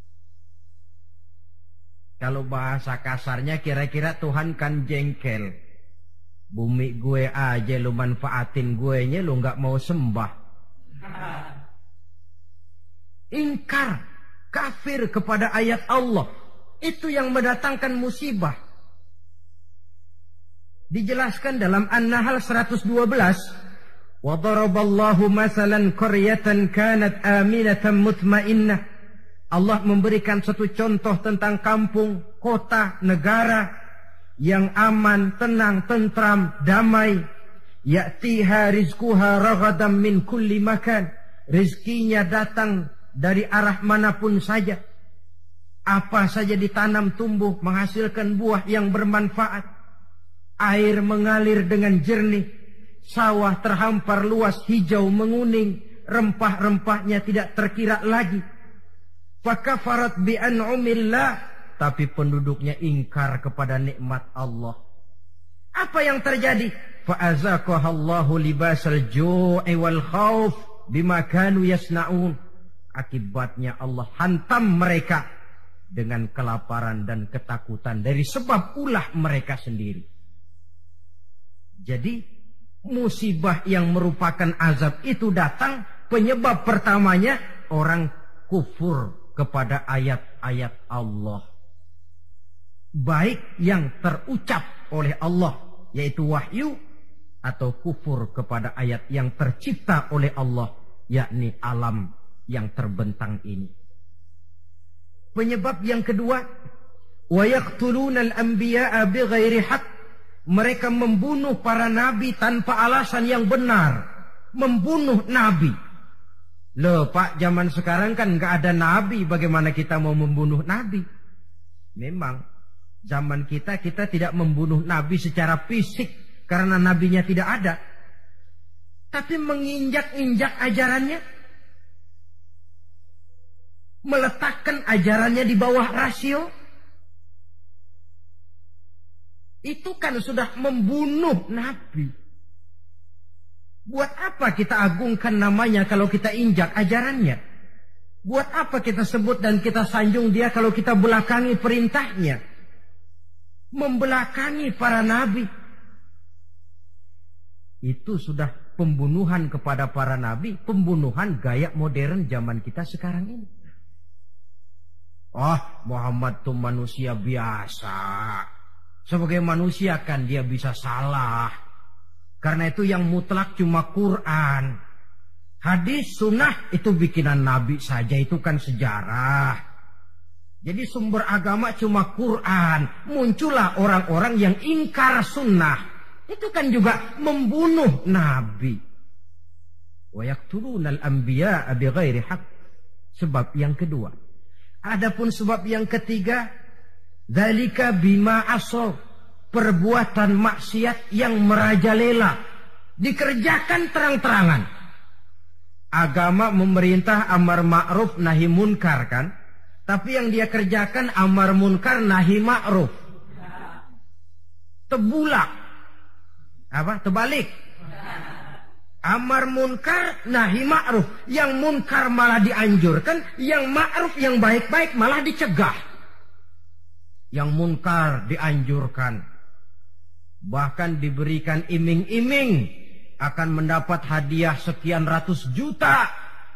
Kalau bahasa kasarnya kira-kira Tuhan kan jengkel. Bumi gue aja lu manfaatin gue nya, lu gak mau sembah. Ingkar, kafir kepada ayat Allah. Itu yang mendatangkan musibah. Dijelaskan dalam An-Nahl 112. Wa daraballahu mathalan qaryatan kanat aminatan mutmainnah. Allah memberikan satu contoh tentang kampung, kota, negara yang aman, tenang, tentram, damai. Ya'tiha rizquha raghadan min kulli makan. Rizkinya datang dari arah manapun saja. Apa saja ditanam tumbuh, menghasilkan buah yang bermanfaat. Air mengalir dengan jernih. Sawah terhampar luas, hijau menguning. Rempah-rempahnya tidak terkira lagi. Fakafarat bi'an'umillah. Tapi penduduknya ingkar kepada nikmat Allah. Apa yang terjadi? Fa'azaqahallahu libasal ju'i wal khauf bima kanu yasna'un. Akibatnya Allah hantam mereka dengan kelaparan dan ketakutan dari sebab ulah mereka sendiri. Jadi musibah yang merupakan azab itu datang, penyebab pertamanya orang kufur kepada ayat-ayat Allah. Baik yang terucap oleh Allah, yaitu wahyu, atau kufur kepada ayat yang tercipta oleh Allah, yakni alam yang terbentang ini. Penyebab yang kedua, wa yaqtuluna al-anbiya'a bighairi haqq. Mereka membunuh para nabi tanpa alasan yang benar. Membunuh nabi. Loh Pak, zaman sekarang kan nggak ada nabi, bagaimana kita mau membunuh nabi? Memang zaman kita tidak membunuh nabi secara fisik karena nabinya tidak ada. Tapi menginjak-injak ajarannya, meletakkan ajarannya di bawah rasio, itu kan sudah membunuh nabi. Buat apa kita agungkan namanya kalau kita injak ajarannya? Buat apa kita sebut dan kita sanjung dia kalau kita belakangi perintahnya? Membelakangi para nabi. Itu sudah pembunuhan kepada para nabi, pembunuhan gaya modern zaman kita sekarang ini. Muhammad itu manusia biasa. Sebagai manusia kan dia bisa salah. Karena itu yang mutlak cuma Quran. Hadis, sunnah itu bikinan nabi saja, itu kan sejarah. Jadi sumber agama cuma Quran. Muncullah orang-orang yang ingkar sunnah. Itu kan juga membunuh nabi. Wa yaqtuluna al-anbiya'a bighairi haqq. Sebab yang kedua. Adapun sebab yang ketiga, dzalika bima asaw. Perbuatan maksiat yang merajalela. Dikerjakan terang-terangan. Agama memerintah amar ma'ruf nahi munkar kan? Tapi yang dia kerjakan amar munkar nahi ma'ruf. Tebulak. Terbalik. Amar munkar nahi ma'ruf. Yang munkar malah dianjurkan, yang ma'ruf yang baik-baik malah dicegah. Yang munkar dianjurkan, bahkan diberikan iming-iming akan mendapat hadiah sekian ratus juta,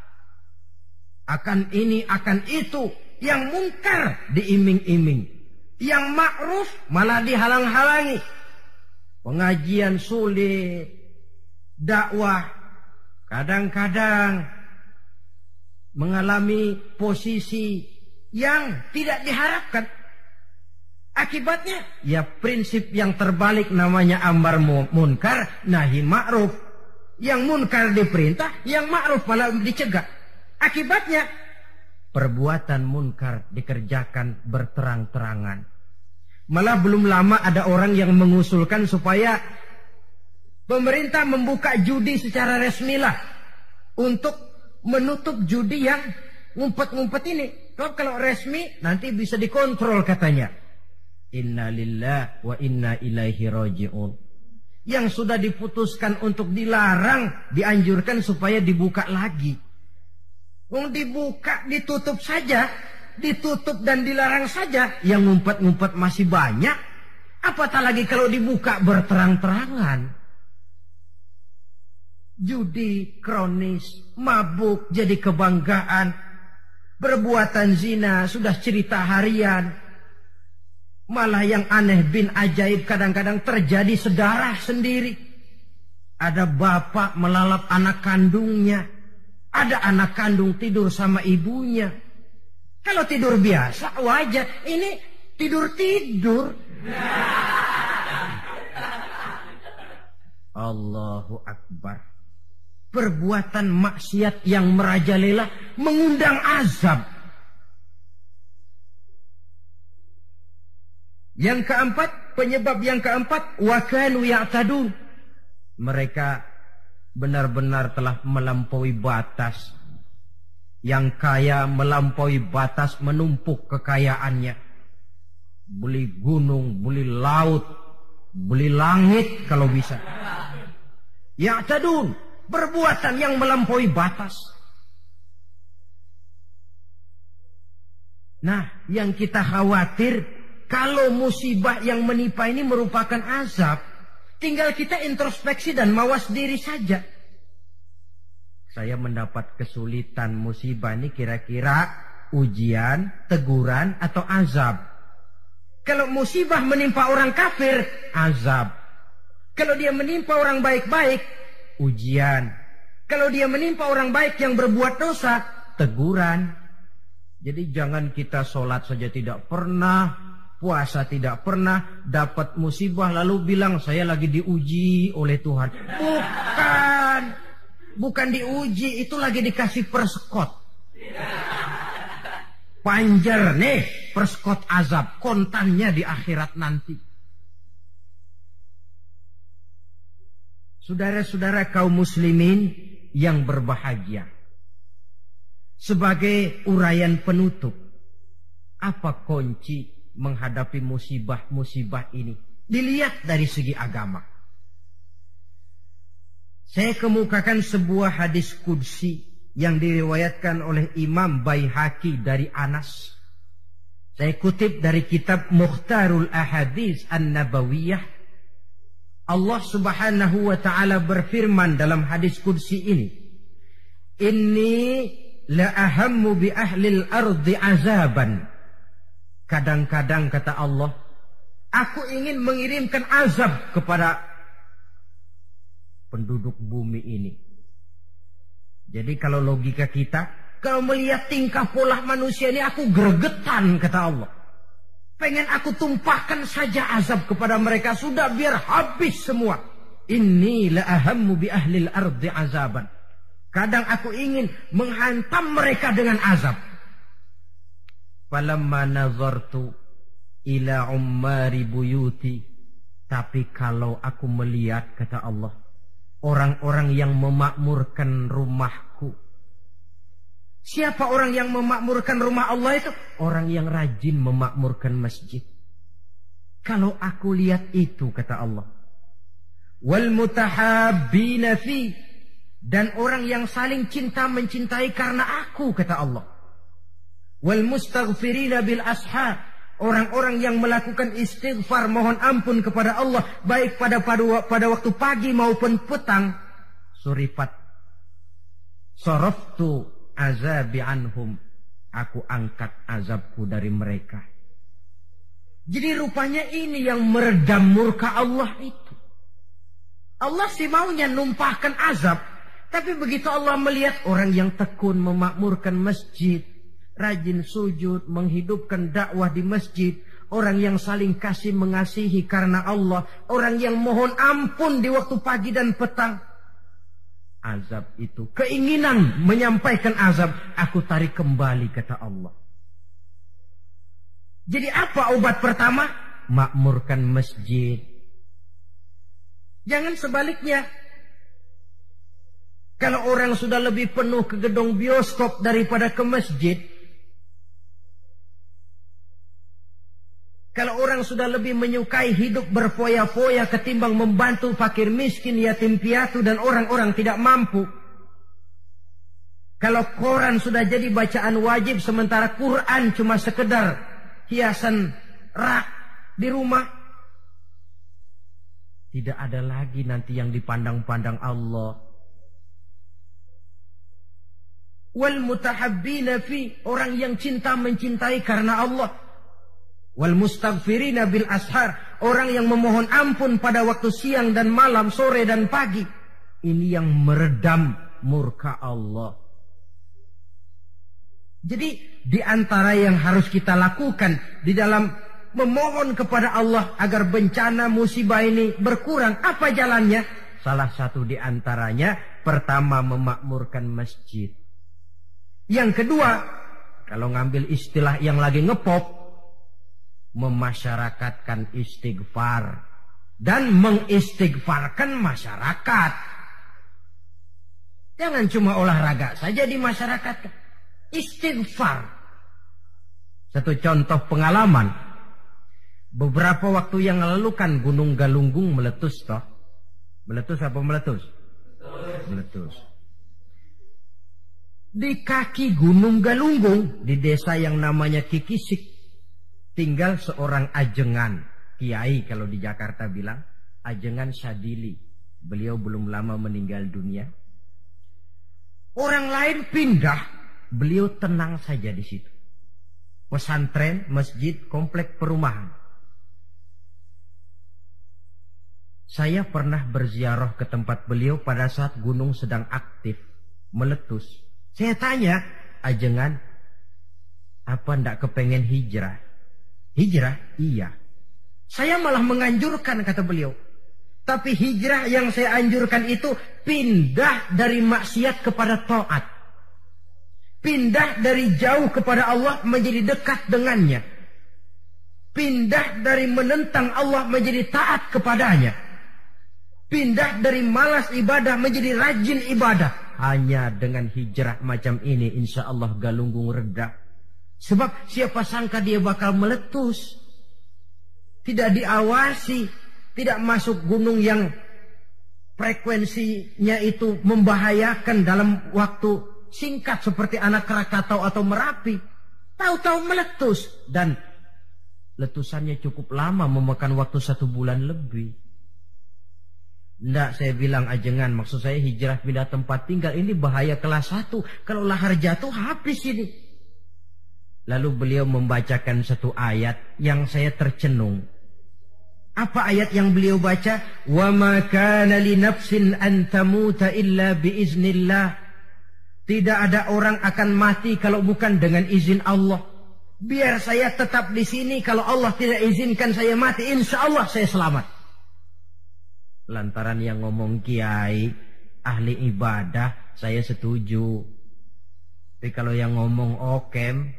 akan ini akan itu. Yang munkar diiming-iming, yang ma'ruf malah dihalang-halangi. Pengajian sulit, dakwah kadang-kadang mengalami posisi yang tidak diharapkan. Akibatnya ya prinsip yang terbalik, namanya amar munkar nahi ma'ruf. Yang munkar diperintah, yang ma'ruf malah dicegah. Akibatnya perbuatan munkar dikerjakan berterang-terangan. Malah belum lama ada orang yang mengusulkan supaya pemerintah membuka judi secara resmilah untuk menutup judi yang ngumpet-ngumpet ini. Kalau resmi nanti bisa dikontrol katanya. Inna lillahi wa inna ilaihi raji'un. Yang sudah diputuskan untuk dilarang, dianjurkan supaya dibuka lagi. Dibuka, ditutup saja. Ditutup dan dilarang saja. Yang ngumpet-ngumpet masih banyak. Apatah lagi kalau dibuka berterang-terangan. Judi kronis, mabuk jadi kebanggaan. Perbuatan zina sudah cerita harian. Malah yang aneh bin ajaib kadang-kadang terjadi sedarah sendiri. Ada bapak melalap anak kandungnya. Ada anak kandung tidur sama ibunya. Kalau tidur biasa wajar. Ini tidur-tidur. Allahu Akbar. Perbuatan maksiat yang merajalela mengundang azab. Yang keempat, penyebab yang keempat, wa kanu ya'tadun. Mereka benar-benar telah melampaui batas. Yang kaya melampaui batas menumpuk kekayaannya. Beli gunung, beli laut, beli langit kalau bisa. Ya'tadun, perbuatan yang melampaui batas. Nah, yang kita khawatir, kalau musibah yang menimpa ini merupakan azab, tinggal kita introspeksi dan mawas diri saja. Saya mendapat kesulitan musibah ini kira-kira ujian, teguran, atau azab. Kalau musibah menimpa orang kafir, azab. Kalau dia menimpa orang baik-baik, ujian. Kalau dia menimpa orang baik yang berbuat dosa, teguran. Jadi jangan kita sholat saja tidak pernah, puasa tidak pernah, dapat musibah lalu bilang saya lagi diuji oleh Tuhan. Bukan diuji, itu lagi dikasih persekot. Panjer nih, persekot azab, kontannya di akhirat nanti. Saudara-saudara kaum muslimin yang berbahagia. Sebagai uraian penutup, apa kunci menghadapi musibah-musibah ini? Dilihat dari segi agama. Saya kemukakan sebuah hadis qudsi yang diriwayatkan oleh Imam Baihaqi dari Anas. Saya kutip dari kitab Mukhtarul Ahadits An-Nabawiyah. Allah Subhanahu wa taala berfirman dalam hadis qudsi ini, "Inni la ahammu bi ahlil ardi azaban." Kadang-kadang kata Allah, aku ingin mengirimkan azab kepada penduduk bumi ini. Jadi kalau logika kita, kalau melihat tingkah pola manusia ini aku gregetan kata Allah. Pengen aku tumpahkan saja azab kepada mereka, sudah biar habis semua. Inni la ahammu bi ahlil ardi azaban. Kadang aku ingin menghantam mereka dengan azab. Falamma nazartu ila ummari buyuti. Tapi kalau aku melihat, kata Allah, orang-orang yang memakmurkan rumahku. Siapa orang yang memakmurkan rumah Allah itu? Orang yang rajin memakmurkan masjid. Kalau aku lihat itu, kata Allah, wal mutahabbina fi, dan orang yang saling cinta mencintai karena aku, kata Allah. Wal mustaghfirina bil ashar, orang-orang yang melakukan istighfar mohon ampun kepada Allah baik pada waktu pagi maupun petang. Surifat saraftu azabi anhum, aku angkat azabku dari mereka. Jadi rupanya ini yang meredam murka Allah itu. Allah sih maunya numpahkan azab, tapi begitu Allah melihat orang yang tekun memakmurkan masjid, rajin sujud, menghidupkan dakwah di masjid, orang yang saling kasih mengasihi karena Allah, orang yang mohon ampun di waktu pagi dan petang, azab itu, keinginan menyampaikan azab, aku tarik kembali, kata Allah. Jadi apa obat pertama? Makmurkan masjid. Jangan sebaliknya. Kalau orang sudah lebih penuh ke gedung bioskop daripada ke masjid, kalau orang orang sudah lebih menyukai hidup berfoya-foya ketimbang membantu fakir miskin, yatim piatu, dan orang-orang tidak mampu. Kalau koran sudah jadi bacaan wajib, sementara Quran cuma sekedar hiasan rak di rumah, tidak ada lagi nanti yang dipandang-pandang Allah. Wal mutahabbina fi, orang yang cinta mencintai karena Allah. Wal mustaghfirina bil ashar, orang yang memohon ampun pada waktu siang dan malam, sore dan pagi. Ini yang meredam murka Allah. Jadi di antara yang harus kita lakukan di dalam memohon kepada Allah agar bencana musibah ini berkurang, apa jalannya? Salah satu di antaranya, pertama memakmurkan masjid. Yang kedua, kalau ngambil istilah yang lagi ngepop, memasyarakatkan istighfar dan mengistighfarkan masyarakat. Jangan cuma olahraga saja di masyarakat. Istighfar. Satu contoh pengalaman. Beberapa waktu yang lalu kan Gunung Galunggung meletus toh. Meletus apa meletus? Meletus. Di kaki Gunung Galunggung, di desa yang namanya Kikisik, tinggal seorang ajengan, kiai kalau di Jakarta bilang, Ajengan Sadili. Beliau belum lama meninggal dunia. Orang lain pindah, beliau tenang saja di situ. Pesantren, masjid, komplek perumahan. Saya pernah berziarah ke tempat beliau pada saat gunung sedang aktif, meletus. Saya tanya, Ajengan, apa ndak kepengen hijrah? Hijrah? Iya. Saya malah menganjurkan, kata beliau. Tapi hijrah yang saya anjurkan itu pindah dari maksiat kepada taat. Pindah dari jauh kepada Allah menjadi dekat dengannya. Pindah dari menentang Allah menjadi taat kepadanya. Pindah dari malas ibadah menjadi rajin ibadah. Hanya dengan hijrah macam ini insya Allah Galunggung reda. Sebab siapa sangka dia bakal meletus. Tidak diawasi. Tidak masuk gunung yang frekuensinya itu membahayakan dalam waktu singkat seperti Anak Krakatau atau Merapi. Tahu-tahu meletus. Dan letusannya cukup lama, memakan waktu 1 bulan lebih. Nggak, saya bilang Ajengan, maksud saya hijrah pindah tempat tinggal ini bahaya kelas 1. Kalau lahar jatuh habis ini. Lalu beliau membacakan satu ayat yang saya tercenung. Apa ayat yang beliau baca? Wa ma kana li nafsin an tamuta illa bi iznillah. Tidak ada orang akan mati kalau bukan dengan izin Allah. Biar saya tetap di sini, kalau Allah tidak izinkan saya mati, insya Allah saya selamat. Lantaran yang ngomong kiai, ahli ibadah, saya setuju. Tapi kalau yang ngomong okem,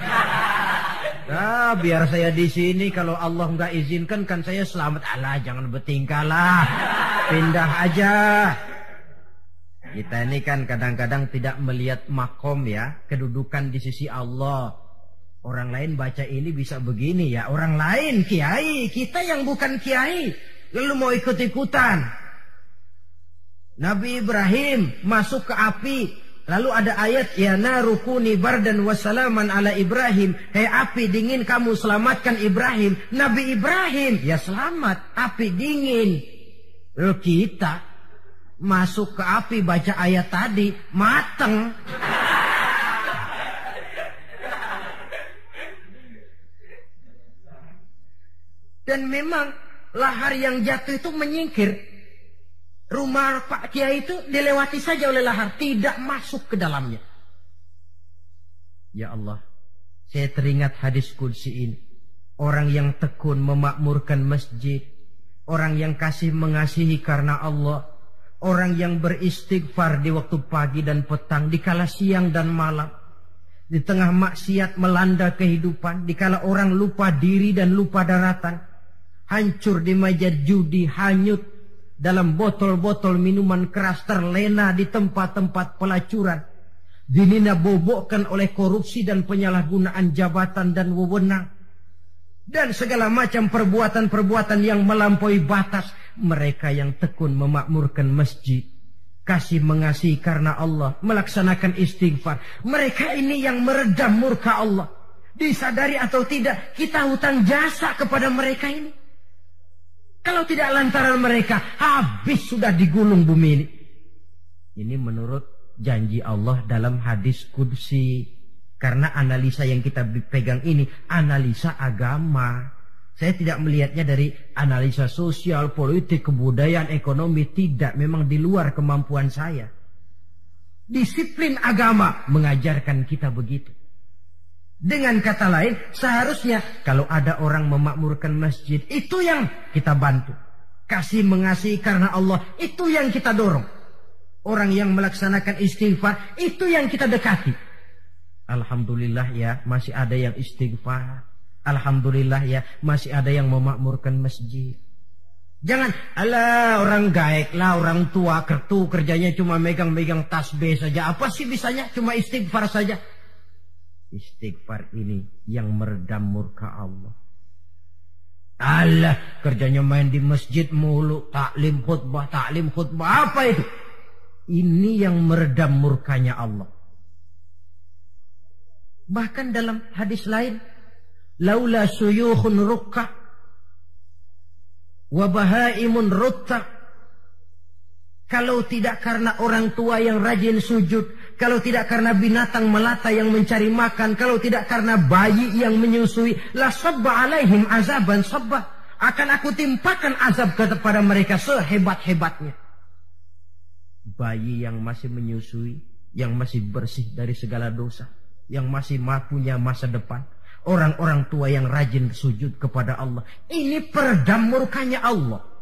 biar saya di sini, kalau Allah nggak izinkan kan saya selamat. Alah, jangan bertingkah lah, pindah aja. Kita ini kan kadang-kadang tidak melihat makom ya, kedudukan di sisi Allah. Orang lain baca ini bisa begini ya, orang lain kiai, kita yang bukan kiai lalu mau ikut-ikutan. Nabi Ibrahim masuk ke api, lalu ada ayat ya narukuni bardan wassalaman ala Ibrahim. Hei api dingin, kamu selamatkan Ibrahim. Nabi Ibrahim ya selamat, api dingin. Lalu kita masuk ke api baca ayat tadi, mateng. Dan memang lahar yang jatuh itu menyingkir. Rumah Pak Kiai itu dilewati saja oleh lahar, tidak masuk ke dalamnya. Ya Allah, saya teringat hadis qudsi ini. Orang yang tekun memakmurkan masjid, orang yang kasih mengasihi karena Allah, orang yang beristighfar di waktu pagi dan petang, di kala siang dan malam, di tengah maksiat melanda kehidupan, di kala orang lupa diri dan lupa daratan, hancur di meja judi, hanyut dalam botol-botol minuman keras, terlena di tempat-tempat pelacuran, dinina bobokkan oleh korupsi dan penyalahgunaan jabatan dan wewenang. dan segala macam perbuatan-perbuatan yang melampaui batas. Mereka yang tekun memakmurkan masjid, kasih mengasihi karena Allah, melaksanakan istighfar. Mereka ini yang meredam murka Allah. Disadari atau tidak, kita hutang jasa kepada mereka ini. Kalau tidak lantaran mereka, habis sudah digulung bumi ini. Ini menurut janji Allah dalam hadis qudsi. Karena analisa yang kita pegang ini analisa agama. Saya tidak melihatnya dari analisa sosial, politik, kebudayaan, ekonomi. Tidak, memang di luar kemampuan saya. Disiplin agama mengajarkan kita begitu. Dengan kata lain, seharusnya kalau ada orang memakmurkan masjid, itu yang kita bantu. Kasih mengasihi karena Allah, itu yang kita dorong. Orang yang melaksanakan istighfar, itu yang kita dekati. Alhamdulillah ya, masih ada yang istighfar. Alhamdulillah ya, masih ada yang memakmurkan masjid. Jangan, alah orang gaek lah, orang tua kertu kerjanya cuma megang-megang tasbih saja. Apa sih bisanya? Cuma istighfar saja. Istighfar ini yang meredam murka Allah. Allah, kerjanya main di masjid mulu, taklim khutbah. Apa itu? Ini yang meredam murkanya Allah. Bahkan dalam hadis lain, laula suyukhun rukka wa bahaimun rutta. Kalau tidak karena orang tua yang rajin sujud, kalau tidak karena binatang melata yang mencari makan, kalau tidak karena bayi yang menyusui, la sabba alaihim azaban sabba. Akan aku timpakan azab kepada mereka sehebat-hebatnya. Bayi yang masih menyusui, yang masih bersih dari segala dosa, yang masih punya masa depan. Orang-orang tua yang rajin sujud kepada Allah. Ini peredam murkanya Allah.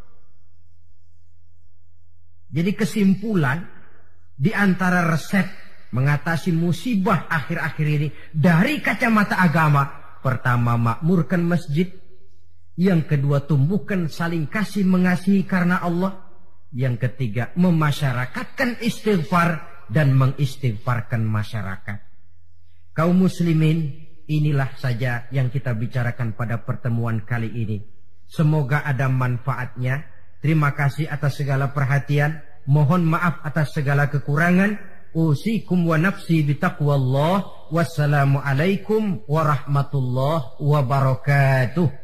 Jadi kesimpulan di antara resep mengatasi musibah akhir-akhir ini dari kacamata agama, pertama makmurkan masjid, yang kedua tumbuhkan saling kasih mengasihi karena Allah, yang ketiga memasyarakatkan istighfar dan mengistighfarkan masyarakat. Kaum muslimin, inilah saja yang kita bicarakan pada pertemuan kali ini. Semoga ada manfaatnya. Terima kasih atas segala perhatian. Mohon maaf atas segala kekurangan. Usikum wa nafsi bitaqwallah. Wassalamualaikum warahmatullahi wabarakatuh.